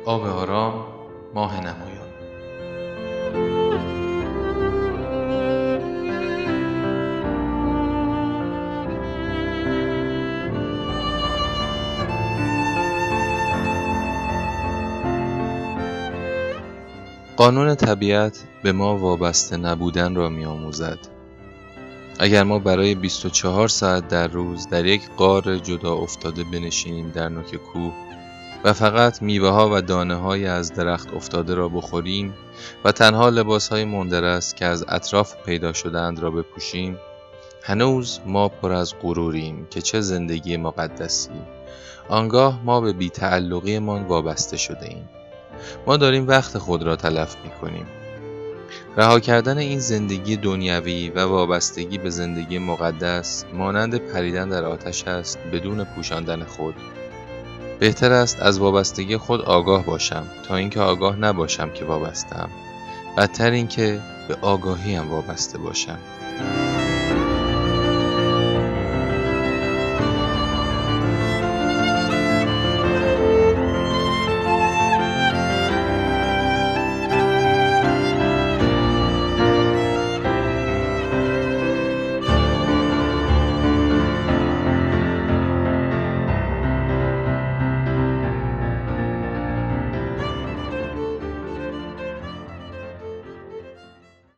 آب آرام، ماه نمایان. قانون طبیعت به ما وابسته نبودن را می‌آموزد. اگر ما برای 24 ساعت در روز در یک غار جدا افتاده بنشینیم در نوک کوه و فقط میوه‌ها و دانه‌های از درخت افتاده را بخوریم و تنها لباس‌های مندرس که از اطراف پیدا شده‌اند را بپوشیم، هنوز ما پر از غروریم که چه زندگی مقدسی. آنگاه ما به بی‌تعلقی‌مان وابسته شده‌ایم. ما داریم وقت خود را تلف می‌کنیم. رها کردن این زندگی دنیوی و وابستگی به زندگی مقدس مانند پریدن در آتش است بدون پوشاندن خود. بهتر است از وابستگی خود آگاه باشم تا اینکه آگاه نباشم که وابسته‌ام. بدتر این که به آگاهیم وابسته باشم.